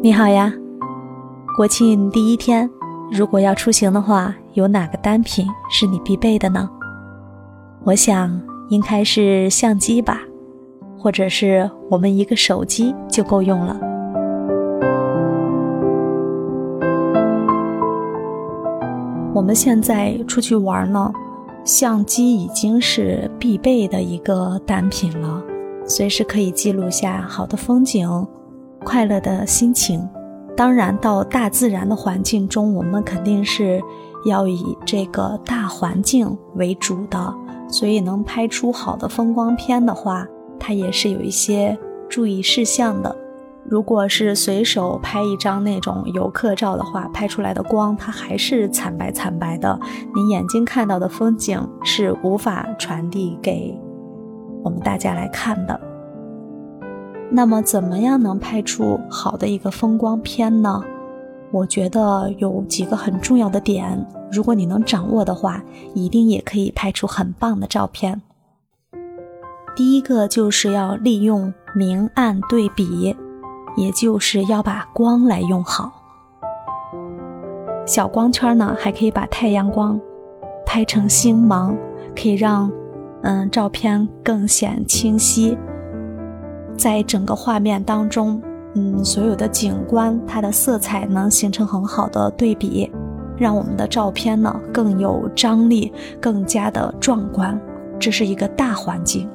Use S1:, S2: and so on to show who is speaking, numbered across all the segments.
S1: 你好呀，国庆第一天，如果要出行的话，有哪个单品是你必备的呢？我想应该是相机吧，或者是我们一个手机就够用了。我们现在出去玩呢，相机已经是必备的一个单品了，随时可以记录下好的风景，快乐的心情。当然到大自然的环境中，我们肯定是要以这个大环境为主的，所以能拍出好的风光片的话，它也是有一些注意事项的。如果是随手拍一张那种游客照的话，拍出来的光它还是惨白惨白的，你眼睛看到的风景是无法传递给我们大家来看的。那么怎么样能拍出好的一个风光片呢？我觉得有几个很重要的点，如果你能掌握的话，一定也可以拍出很棒的照片。第一个就是要利用明暗对比，也就是要把光来用好。小光圈呢，还可以把太阳光拍成星芒，可以让照片更显清晰。在整个画面当中，所有的景观它的色彩能形成很好的对比，让我们的照片呢更有张力，更加的壮观。这是一个大环境。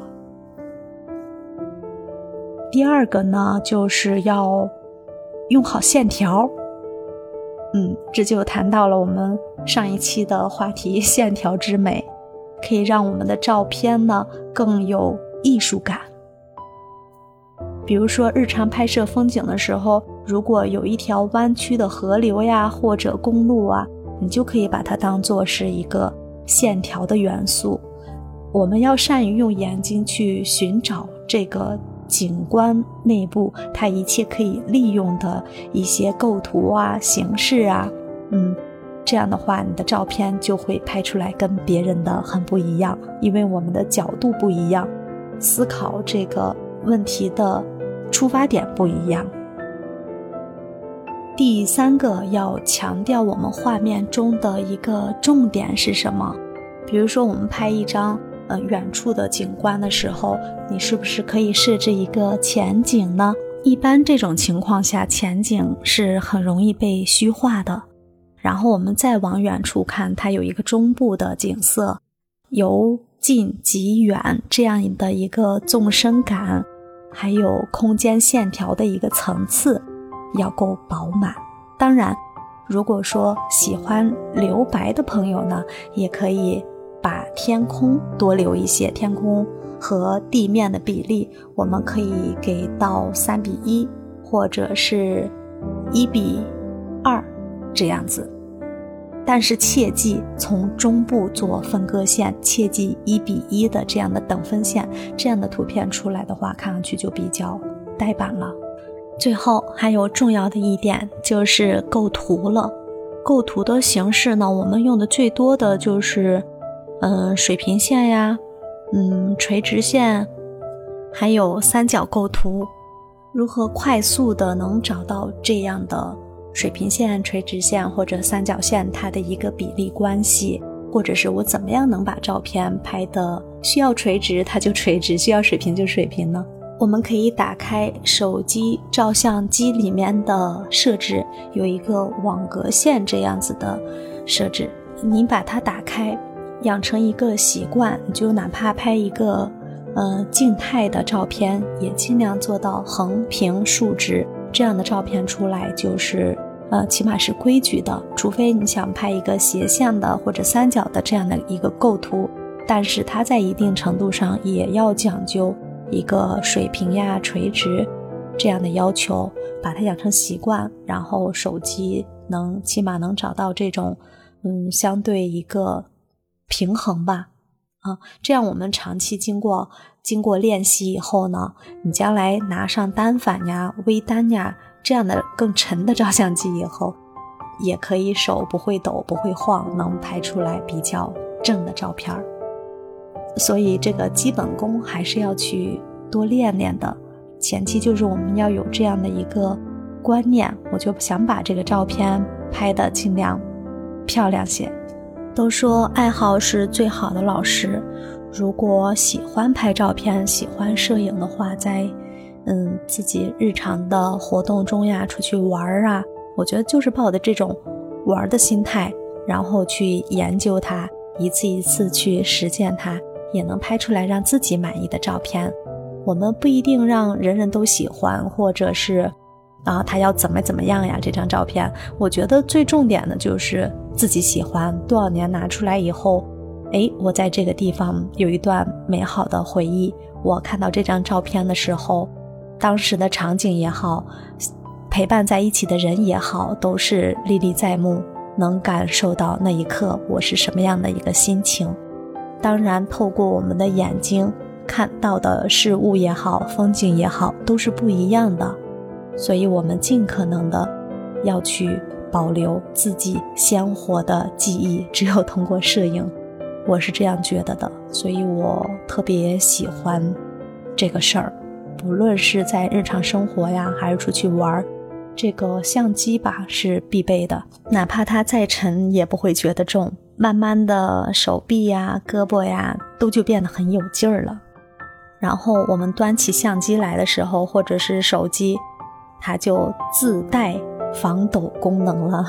S1: 第二个呢，就是要用好线条。这就谈到了我们上一期的话题，线条之美，可以让我们的照片呢更有艺术感。比如说日常拍摄风景的时候，如果有一条弯曲的河流呀，或者公路啊，你就可以把它当作是一个线条的元素。我们要善于用眼睛去寻找这个景观内部它一切可以利用的一些构图啊、形式啊，这样的话你的照片就会拍出来跟别人的很不一样，因为我们的角度不一样，思考这个问题的出发点不一样。第三个要强调我们画面中的一个重点是什么？比如说我们拍一张远处的景观的时候，你是不是可以设置一个前景呢？一般这种情况下，前景是很容易被虚化的。然后我们再往远处看，它有一个中部的景色，由近及远这样的一个纵深感，还有空间线条的一个层次要够饱满。当然如果说喜欢留白的朋友呢，也可以把天空多留一些，天空和地面的比例我们可以给到3:1，或者是1:2这样子。但是切记从中部做分割线，切记1:1的这样的等分线，这样的图片出来的话，看上去就比较呆板了。最后还有重要的一点就是构图了。构图的形式呢，我们用的最多的就是水平线呀，垂直线，还有三角构图。如何快速的能找到这样的水平线、垂直线或者三角线它的一个比例关系，或者是我怎么样能把照片拍的需要垂直它就垂直，需要水平就水平呢？我们可以打开手机照相机里面的设置，有一个网格线这样子的设置，你把它打开，养成一个习惯，你就哪怕拍一个静态的照片，也尽量做到横平竖直，这样的照片出来就是起码是规矩的。除非你想拍一个斜线的或者三角的这样的一个构图，但是它在一定程度上也要讲究一个水平呀、垂直这样的要求，把它养成习惯，然后手机起码能找到这种相对一个平衡吧。这样我们长期经过练习以后呢，你将来拿上单反呀、微单呀这样的更沉的照相机以后，也可以手不会抖不会晃，能拍出来比较正的照片。所以这个基本功还是要去多练练的，前期就是我们要有这样的一个观念，我就想把这个照片拍得尽量漂亮些。都说爱好是最好的老师，如果喜欢拍照片，喜欢摄影的话，在自己日常的活动中呀，出去玩啊，我觉得就是抱着这种玩的心态，然后去研究它，一次一次去实践它，也能拍出来让自己满意的照片。我们不一定让人人都喜欢，或者是他要怎么样呀，这张照片我觉得最重点的就是自己喜欢，多少年拿出来以后，我在这个地方有一段美好的回忆，我看到这张照片的时候，当时的场景也好，陪伴在一起的人也好，都是历历在目，能感受到那一刻我是什么样的一个心情。当然透过我们的眼睛看到的事物也好，风景也好，都是不一样的，所以我们尽可能的要去保留自己鲜活的记忆，只有通过摄影，我是这样觉得的，所以我特别喜欢这个事儿。不论是在日常生活呀，还是出去玩，这个相机吧是必备的，哪怕它再沉也不会觉得重，慢慢的手臂呀、胳膊呀都就变得很有劲儿了。然后我们端起相机来的时候，或者是手机，它就自带防抖功能了。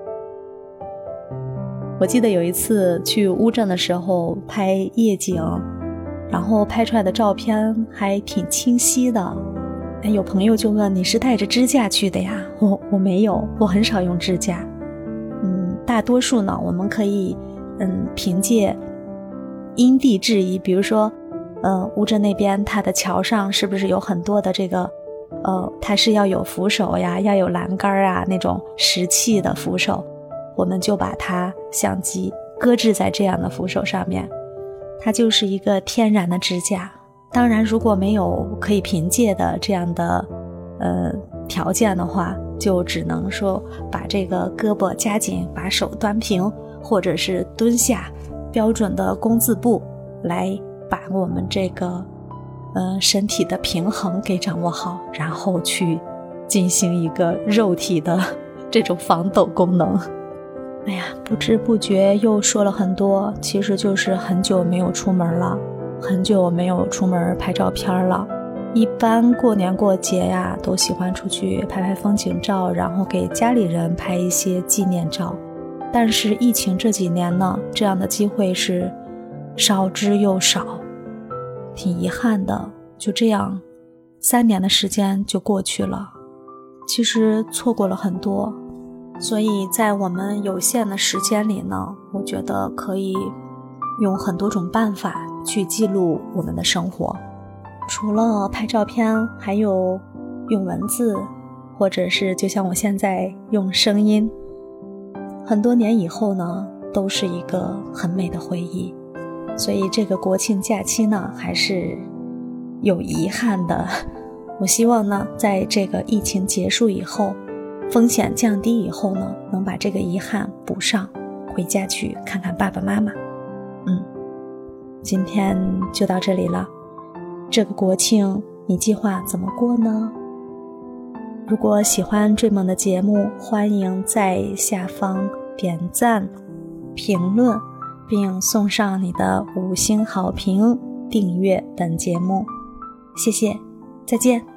S1: 我记得有一次去乌镇的时候拍夜景，然后拍出来的照片还挺清晰的。有朋友就问，你是带着支架去的呀？我没有，我很少用支架。大多数呢，我们可以凭借因地制宜，比如说乌镇那边它的桥上是不是有很多的这个它是要有扶手呀，要有栏杆啊，那种石器的扶手，我们就把它相机搁置在这样的扶手上面，它就是一个天然的支架。当然如果没有可以凭借的这样的条件的话，就只能说把这个胳膊夹紧，把手端平，或者是蹲下，标准的弓字步来把我们这个身体的平衡给掌握好，然后去进行一个肉体的这种防抖功能。哎呀，不知不觉又说了很多，其实就是很久没有出门了，很久没有出门拍照片了。一般过年过节呀，都喜欢出去拍拍风景照，然后给家里人拍一些纪念照。但是疫情这几年呢，这样的机会是少之又少，挺遗憾的。就这样3年的时间就过去了，其实错过了很多。所以在我们有限的时间里呢，我觉得可以用很多种办法去记录我们的生活。除了拍照片，还有用文字，或者是就像我现在用声音，很多年以后呢，都是一个很美的回忆。所以这个国庆假期呢，还是有遗憾的。我希望呢，在这个疫情结束以后，风险降低以后呢，能把这个遗憾补上，回家去看看爸爸妈妈。今天就到这里了。这个国庆你计划怎么过呢？如果喜欢追梦的节目，欢迎在下方点赞、评论，并送上你的5星好评，订阅本节目。谢谢，再见。